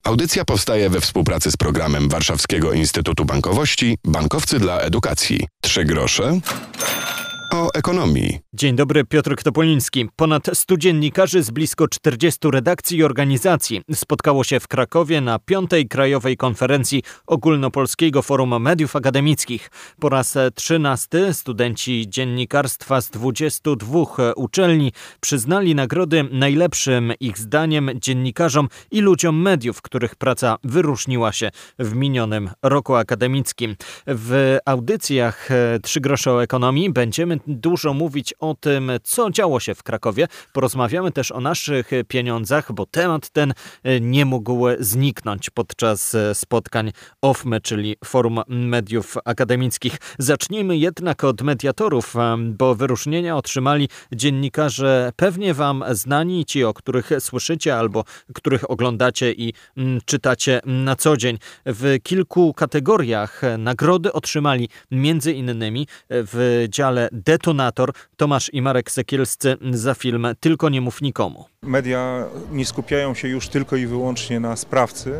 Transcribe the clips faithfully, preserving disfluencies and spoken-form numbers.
Audycja powstaje we współpracy z programem Warszawskiego Instytutu Bankowości Bankowcy dla Edukacji. Trzy grosze o ekonomii. Dzień dobry, Piotr Topoliński. Ponad stu dziennikarzy z blisko czterdziestu redakcji i organizacji spotkało się w Krakowie na piątej Krajowej Konferencji Ogólnopolskiego Forum Mediów Akademickich. Po raz trzynasty studenci dziennikarstwa z dwudziestu dwóch uczelni przyznali nagrody najlepszym ich zdaniem dziennikarzom i ludziom mediów, których praca wyróżniła się w minionym roku akademickim. W audycjach Trzy grosze o ekonomii będziemy dużo mówić o tym, co działo się w Krakowie. Porozmawiamy też o naszych pieniądzach, bo temat ten nie mógł zniknąć podczas spotkań O F M E, czyli Forum Mediów Akademickich. Zacznijmy jednak od mediatorów, bo wyróżnienia otrzymali dziennikarze pewnie wam znani, ci, o których słyszycie albo których oglądacie i czytacie na co dzień. W kilku kategoriach nagrody otrzymali między innymi w dziale Detonator Tomasz i Marek Sekielscy za film Tylko nie mów nikomu. Media nie skupiają się już tylko i wyłącznie na sprawcy,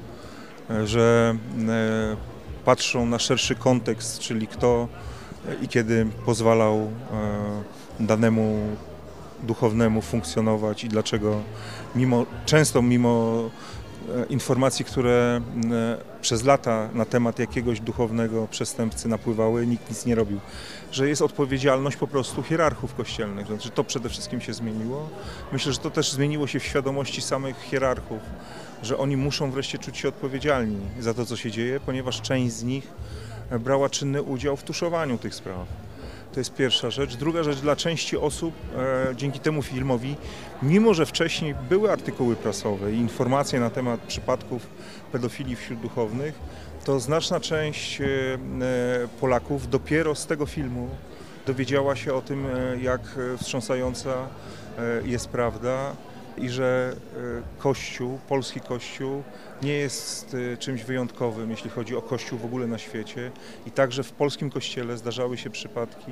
że patrzą na szerszy kontekst, czyli kto i kiedy pozwalał danemu duchownemu funkcjonować i dlaczego mimo, często mimo informacji, które przez lata na temat jakiegoś duchownego przestępcy napływały, nikt nic nie robił. Że jest odpowiedzialność po prostu hierarchów kościelnych, że to przede wszystkim się zmieniło. Myślę, że to też zmieniło się w świadomości samych hierarchów, że oni muszą wreszcie czuć się odpowiedzialni za to, co się dzieje, ponieważ część z nich brała czynny udział w tuszowaniu tych spraw. To jest pierwsza rzecz. Druga rzecz, dla części osób e, dzięki temu filmowi, mimo że wcześniej były artykuły prasowe i informacje na temat przypadków pedofilii wśród duchownych, to znaczna część e, Polaków dopiero z tego filmu dowiedziała się o tym, e, jak wstrząsająca e, jest prawda i że e, Kościół, polski Kościół nie jest czymś wyjątkowym, jeśli chodzi o Kościół w ogóle na świecie. I także w polskim Kościele zdarzały się przypadki,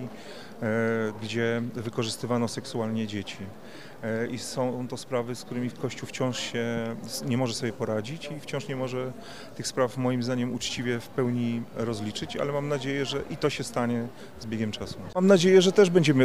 gdzie wykorzystywano seksualnie dzieci. I są to sprawy, z którymi Kościół wciąż się nie może sobie poradzić i wciąż nie może tych spraw moim zdaniem uczciwie w pełni rozliczyć, ale mam nadzieję, że i to się stanie z biegiem czasu. Mam nadzieję, że też będziemy,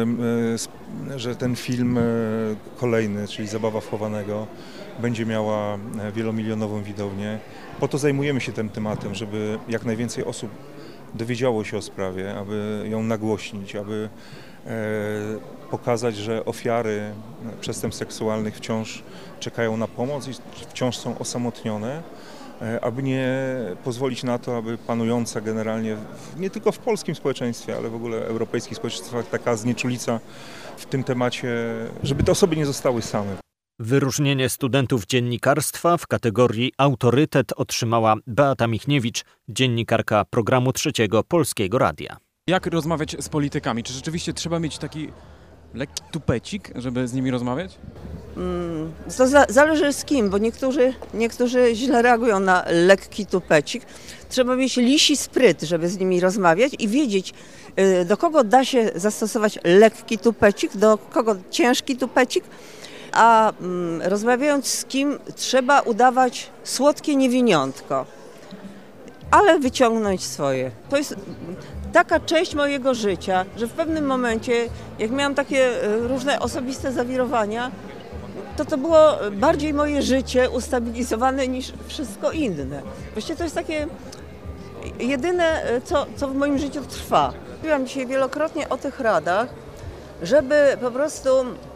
że ten film kolejny, czyli Zabawa wchowanego, będzie miała wielomilionową widownię. Po to zajmujemy się tym tematem, żeby jak najwięcej osób dowiedziało się o sprawie, aby ją nagłośnić, aby e, pokazać, że ofiary przestępstw seksualnych wciąż czekają na pomoc i wciąż są osamotnione, e, aby nie pozwolić na to, aby panująca generalnie, nie tylko w polskim społeczeństwie, ale w ogóle w europejskich społeczeństwach taka znieczulica w tym temacie, żeby te osoby nie zostały same. Wyróżnienie studentów dziennikarstwa w kategorii Autorytet otrzymała Beata Michniewicz, dziennikarka programu Trzeciego Polskiego Radia. Jak rozmawiać z politykami? Czy rzeczywiście trzeba mieć taki lekki tupecik, żeby z nimi rozmawiać? Hmm, to za, zależy z kim, bo niektórzy, niektórzy źle reagują na lekki tupecik. Trzeba mieć lisi spryt, żeby z nimi rozmawiać i wiedzieć, do kogo da się zastosować lekki tupecik, do kogo ciężki tupecik. A mm, rozmawiając z kim, trzeba udawać słodkie niewiniątko, ale wyciągnąć swoje. To jest taka część mojego życia, że w pewnym momencie, jak miałam takie różne osobiste zawirowania, to to było bardziej moje życie ustabilizowane niż wszystko inne. Właściwie to jest takie jedyne, co, co w moim życiu trwa. Mówiłam dzisiaj wielokrotnie o tych radach, żeby po prostu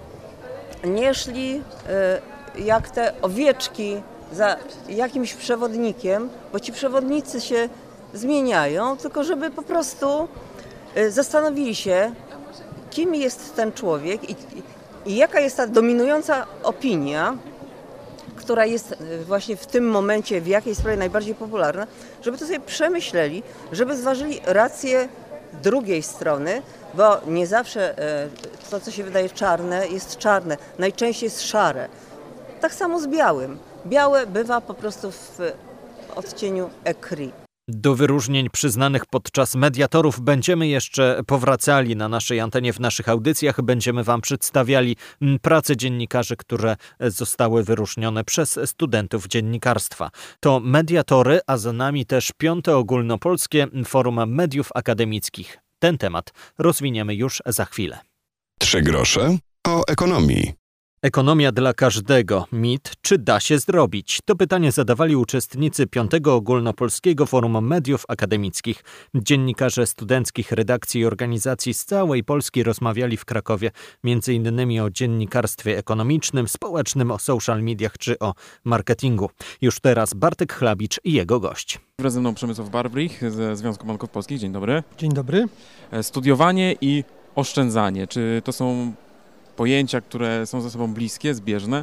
nie szli jak te owieczki za jakimś przewodnikiem, bo ci przewodnicy się zmieniają, tylko żeby po prostu zastanowili się, kim jest ten człowiek i, i jaka jest ta dominująca opinia, która jest właśnie w tym momencie w jakiej sprawie najbardziej popularna, żeby to sobie przemyśleli, żeby zważyli rację drugiej strony, bo nie zawsze to, co się wydaje czarne, jest czarne. Najczęściej jest szare. Tak samo z białym. Białe bywa po prostu w odcieniu écrit. Do wyróżnień przyznanych podczas mediatorów będziemy jeszcze powracali na naszej antenie, w naszych audycjach. Będziemy Wam przedstawiali prace dziennikarzy, które zostały wyróżnione przez studentów dziennikarstwa. To mediatory, a za nami też piąte ogólnopolskie Forum Mediów Akademickich. Ten temat rozwiniemy już za chwilę. Trzy grosze o ekonomii. Ekonomia dla każdego. Mit, czy da się zrobić? To pytanie zadawali uczestnicy piątego ogólnopolskiego Forum Mediów Akademickich. Dziennikarze studenckich redakcji i organizacji z całej Polski rozmawiali w Krakowie między innymi o dziennikarstwie ekonomicznym, społecznym, o social mediach czy o marketingu. Już teraz Bartek Chlabicz i jego gość. Wraz ze mną Przemysław Barbrych ze Związku Banków Polskich. Dzień dobry. Dzień dobry. Studiowanie i oszczędzanie. Czy to są pojęcia, które są ze sobą bliskie, zbieżne?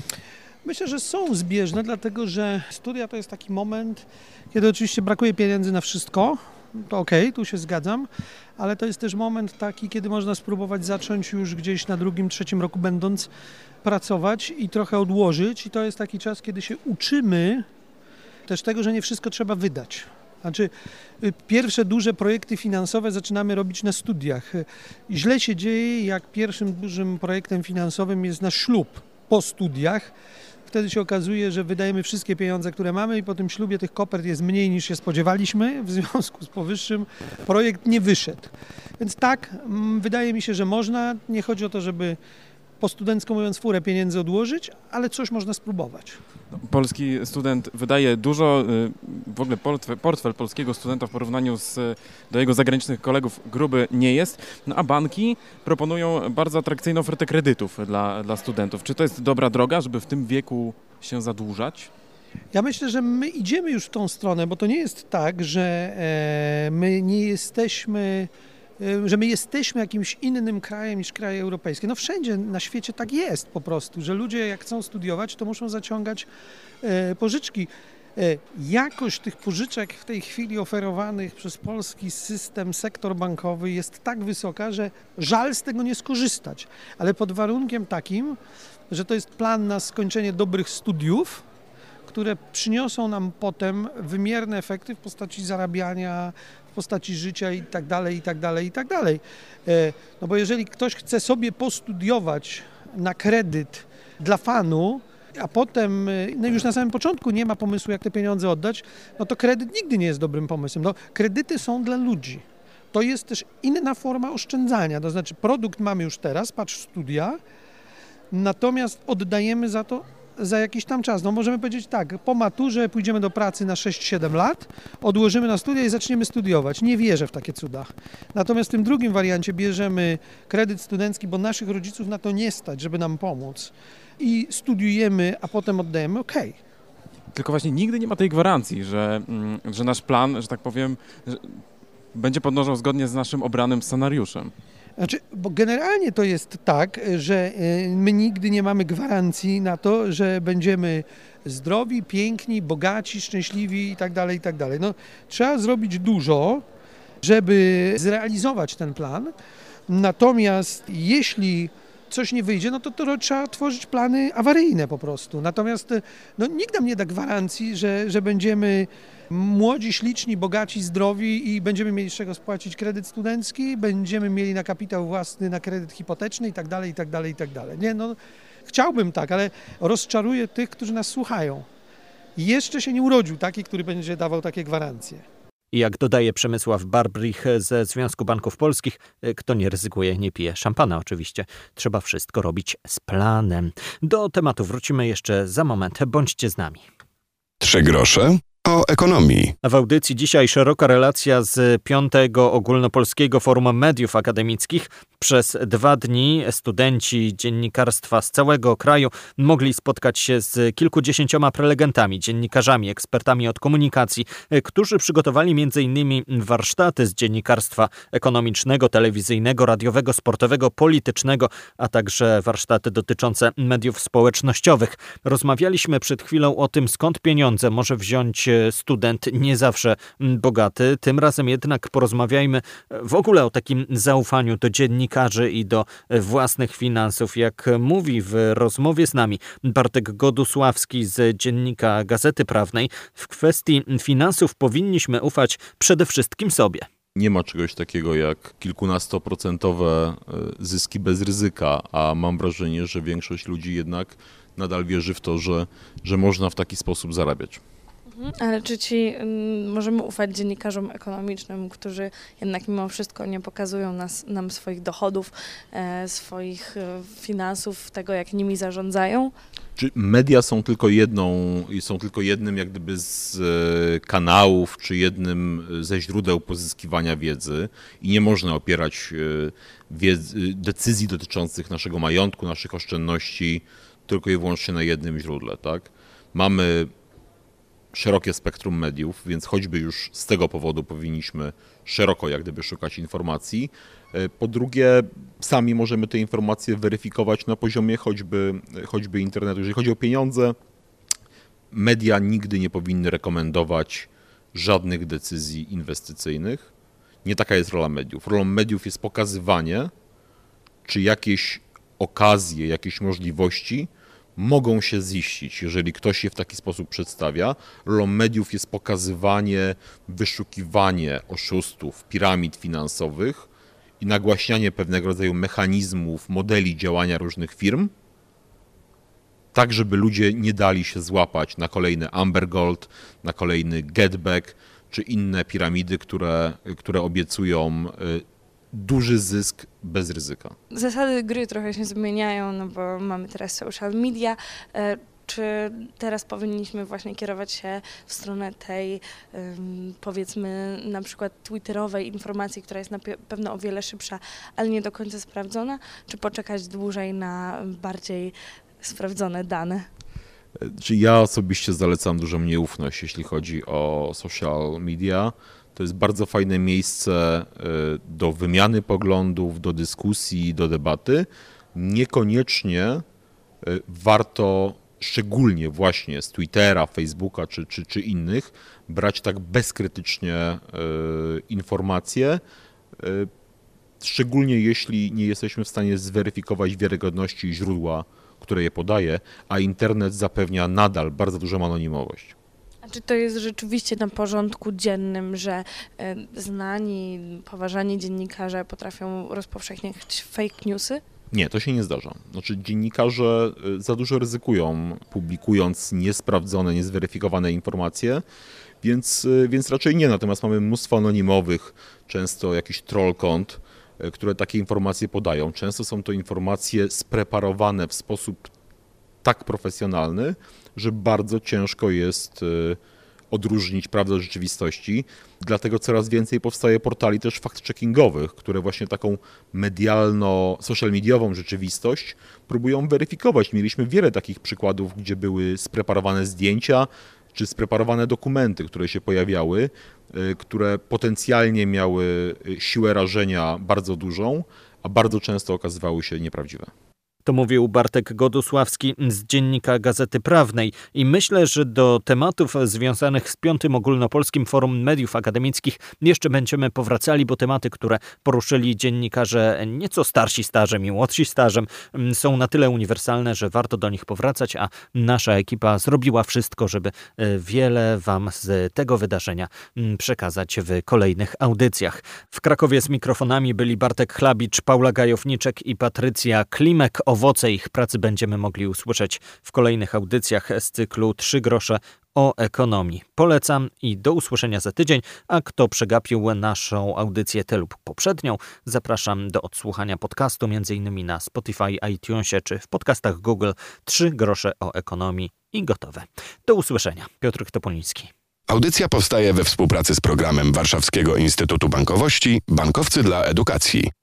Myślę, że są zbieżne, dlatego że studia to jest taki moment, kiedy oczywiście brakuje pieniędzy na wszystko. To okej, okay, tu się zgadzam, ale to jest też moment taki, kiedy można spróbować zacząć już gdzieś na drugim, trzecim roku będąc pracować i trochę odłożyć. I to jest taki czas, kiedy się uczymy też tego, że nie wszystko trzeba wydać. Znaczy, pierwsze duże projekty finansowe zaczynamy robić na studiach. Źle się dzieje, jak pierwszym dużym projektem finansowym jest nasz ślub po studiach. Wtedy się okazuje, że wydajemy wszystkie pieniądze, które mamy i po tym ślubie tych kopert jest mniej niż się spodziewaliśmy. W związku z powyższym projekt nie wyszedł. Więc tak, wydaje mi się, że można. Nie chodzi o to, żeby po studencku mówiąc furę pieniędzy odłożyć, ale coś można spróbować. Polski student wydaje dużo, w ogóle portfel, portfel polskiego studenta w porównaniu z, do jego zagranicznych kolegów gruby nie jest, no a banki proponują bardzo atrakcyjną ofertę kredytów dla, dla studentów. Czy to jest dobra droga, żeby w tym wieku się zadłużać? Ja myślę, że my idziemy już w tą stronę, bo to nie jest tak, że e, my nie jesteśmy... że my jesteśmy jakimś innym krajem niż kraje europejskie. No wszędzie na świecie tak jest po prostu, że ludzie jak chcą studiować, to muszą zaciągać e, pożyczki. E, jakość tych pożyczek w tej chwili oferowanych przez polski system, sektor bankowy jest tak wysoka, że żal z tego nie skorzystać. Ale pod warunkiem takim, że to jest plan na skończenie dobrych studiów, które przyniosą nam potem wymierne efekty w postaci zarabiania, w postaci życia i tak dalej, i tak dalej, i tak dalej. No bo jeżeli ktoś chce sobie postudiować na kredyt dla fanu, a potem no już na samym początku nie ma pomysłu, jak te pieniądze oddać, no to kredyt nigdy nie jest dobrym pomysłem. No, kredyty są dla ludzi. To jest też inna forma oszczędzania, to znaczy produkt mamy już teraz, patrz studia, natomiast oddajemy za to za jakiś tam czas. No możemy powiedzieć tak, po maturze pójdziemy do pracy na sześć siedem lat, odłożymy na studia i zaczniemy studiować. Nie wierzę w takie cuda. Natomiast w tym drugim wariancie bierzemy kredyt studencki, bo naszych rodziców na to nie stać, żeby nam pomóc. I studiujemy, a potem oddajemy, okej. Okay. Tylko właśnie nigdy nie ma tej gwarancji, że, że nasz plan, że tak powiem, że będzie podążał zgodnie z naszym obranym scenariuszem. Znaczy, bo generalnie to jest tak, że my nigdy nie mamy gwarancji na to, że będziemy zdrowi, piękni, bogaci, szczęśliwi i tak dalej, i tak dalej. No, trzeba zrobić dużo, żeby zrealizować ten plan. Natomiast jeśli coś nie wyjdzie, no to, to trzeba tworzyć plany awaryjne po prostu. Natomiast no, nikt nam nie da gwarancji, że, że będziemy młodzi, śliczni, bogaci, zdrowi i będziemy mieli z czego spłacić kredyt studencki, będziemy mieli na kapitał własny, na kredyt hipoteczny i tak dalej, i tak dalej, i tak dalej. Nie, no, chciałbym tak, ale rozczaruję tych, którzy nas słuchają. Jeszcze się nie urodził taki, który będzie dawał takie gwarancje. I jak dodaje Przemysław Barbrych ze Związku Banków Polskich, kto nie ryzykuje, nie pije szampana oczywiście. Trzeba wszystko robić z planem. Do tematu wrócimy jeszcze za moment. Bądźcie z nami. Trzy grosze o ekonomii. W audycji dzisiaj szeroka relacja z piątego ogólnopolskiego Forum Mediów Akademickich. Przez dwa dni studenci dziennikarstwa z całego kraju mogli spotkać się z kilkudziesięcioma prelegentami, dziennikarzami, ekspertami od komunikacji, którzy przygotowali między innymi warsztaty z dziennikarstwa ekonomicznego, telewizyjnego, radiowego, sportowego, politycznego, a także warsztaty dotyczące mediów społecznościowych. Rozmawialiśmy przed chwilą o tym, skąd pieniądze może wziąć student nie zawsze bogaty. Tym razem jednak porozmawiajmy w ogóle o takim zaufaniu do dziennikarzy i do własnych finansów. Jak mówi w rozmowie z nami Bartek Godusławski z Dziennika Gazety Prawnej, w kwestii finansów powinniśmy ufać przede wszystkim sobie. Nie ma czegoś takiego jak kilkunastoprocentowe zyski bez ryzyka, a mam wrażenie, że większość ludzi jednak nadal wierzy w to, że, że można w taki sposób zarabiać. Ale czy ci możemy ufać dziennikarzom ekonomicznym, którzy jednak mimo wszystko nie pokazują nas, nam swoich dochodów, e, swoich e, finansów, tego jak nimi zarządzają? Czy media są tylko jedną, są tylko jednym jak gdyby z kanałów, czy jednym ze źródeł pozyskiwania wiedzy i nie można opierać wiedzy, decyzji dotyczących naszego majątku, naszych oszczędności tylko i wyłącznie na jednym źródle, tak? Mamy szerokie spektrum mediów, więc choćby już z tego powodu powinniśmy szeroko jak gdyby szukać informacji. Po drugie, sami możemy te informacje weryfikować na poziomie choćby, choćby internetu. Jeżeli chodzi o pieniądze, media nigdy nie powinny rekomendować żadnych decyzji inwestycyjnych. Nie taka jest rola mediów. Rolą mediów jest pokazywanie, czy jakieś okazje, jakieś możliwości mogą się ziścić, jeżeli ktoś je w taki sposób przedstawia. Rolą mediów jest pokazywanie, wyszukiwanie oszustów, piramid finansowych i nagłaśnianie pewnego rodzaju mechanizmów, modeli działania różnych firm, tak żeby ludzie nie dali się złapać na kolejny Amber Gold, na kolejny Getback czy inne piramidy, które, które obiecują duży zysk bez ryzyka. Zasady gry trochę się zmieniają, no bo mamy teraz social media. Czy teraz powinniśmy właśnie kierować się w stronę tej, powiedzmy, na przykład twitterowej informacji, która jest na pewno o wiele szybsza, ale nie do końca sprawdzona, czy poczekać dłużej na bardziej sprawdzone dane? Czy ja osobiście zalecam dużą nieufność, jeśli chodzi o social media. To jest bardzo fajne miejsce do wymiany poglądów, do dyskusji, do debaty. Niekoniecznie warto, szczególnie właśnie z Twittera, Facebooka czy, czy, czy innych, brać tak bezkrytycznie informacje, szczególnie jeśli nie jesteśmy w stanie zweryfikować wiarygodności źródła, które je podaje, a internet zapewnia nadal bardzo dużą anonimowość. A czy to jest rzeczywiście na porządku dziennym, że znani, poważani dziennikarze potrafią rozpowszechniać fake newsy? Nie, to się nie zdarza. Znaczy dziennikarze za dużo ryzykują, publikując niesprawdzone, niezweryfikowane informacje, więc, więc raczej nie. Natomiast mamy mnóstwo anonimowych, często jakichś troll kont, które takie informacje podają. Często są to informacje spreparowane w sposób tak profesjonalny, że bardzo ciężko jest odróżnić prawdę od rzeczywistości. Dlatego coraz więcej powstaje portali też fact-checkingowych, które właśnie taką medialno, social mediową rzeczywistość próbują weryfikować. Mieliśmy wiele takich przykładów, gdzie były spreparowane zdjęcia czy spreparowane dokumenty, które się pojawiały, które potencjalnie miały siłę rażenia bardzo dużą, a bardzo często okazywały się nieprawdziwe. To mówił Bartek Godusławski z Dziennika Gazety Prawnej. I myślę, że do tematów związanych z piątym Ogólnopolskim Forum Mediów Akademickich jeszcze będziemy powracali, bo tematy, które poruszyli dziennikarze nieco starsi stażem i młodsi stażem, są na tyle uniwersalne, że warto do nich powracać, a nasza ekipa zrobiła wszystko, żeby wiele wam z tego wydarzenia przekazać w kolejnych audycjach. W Krakowie z mikrofonami byli Bartek Chlabicz, Paula Gajowniczek i Patrycja Klimek. Owoce ich pracy będziemy mogli usłyszeć w kolejnych audycjach z cyklu Trzy grosze o ekonomii. Polecam i do usłyszenia za tydzień, a kto przegapił naszą audycję tę lub poprzednią, zapraszam do odsłuchania podcastu m.in. na Spotify, iTunesie czy w podcastach Google. Trzy grosze o ekonomii i gotowe. Do usłyszenia. Piotr Topoliński. Audycja powstaje we współpracy z programem Warszawskiego Instytutu Bankowości Bankowcy dla Edukacji.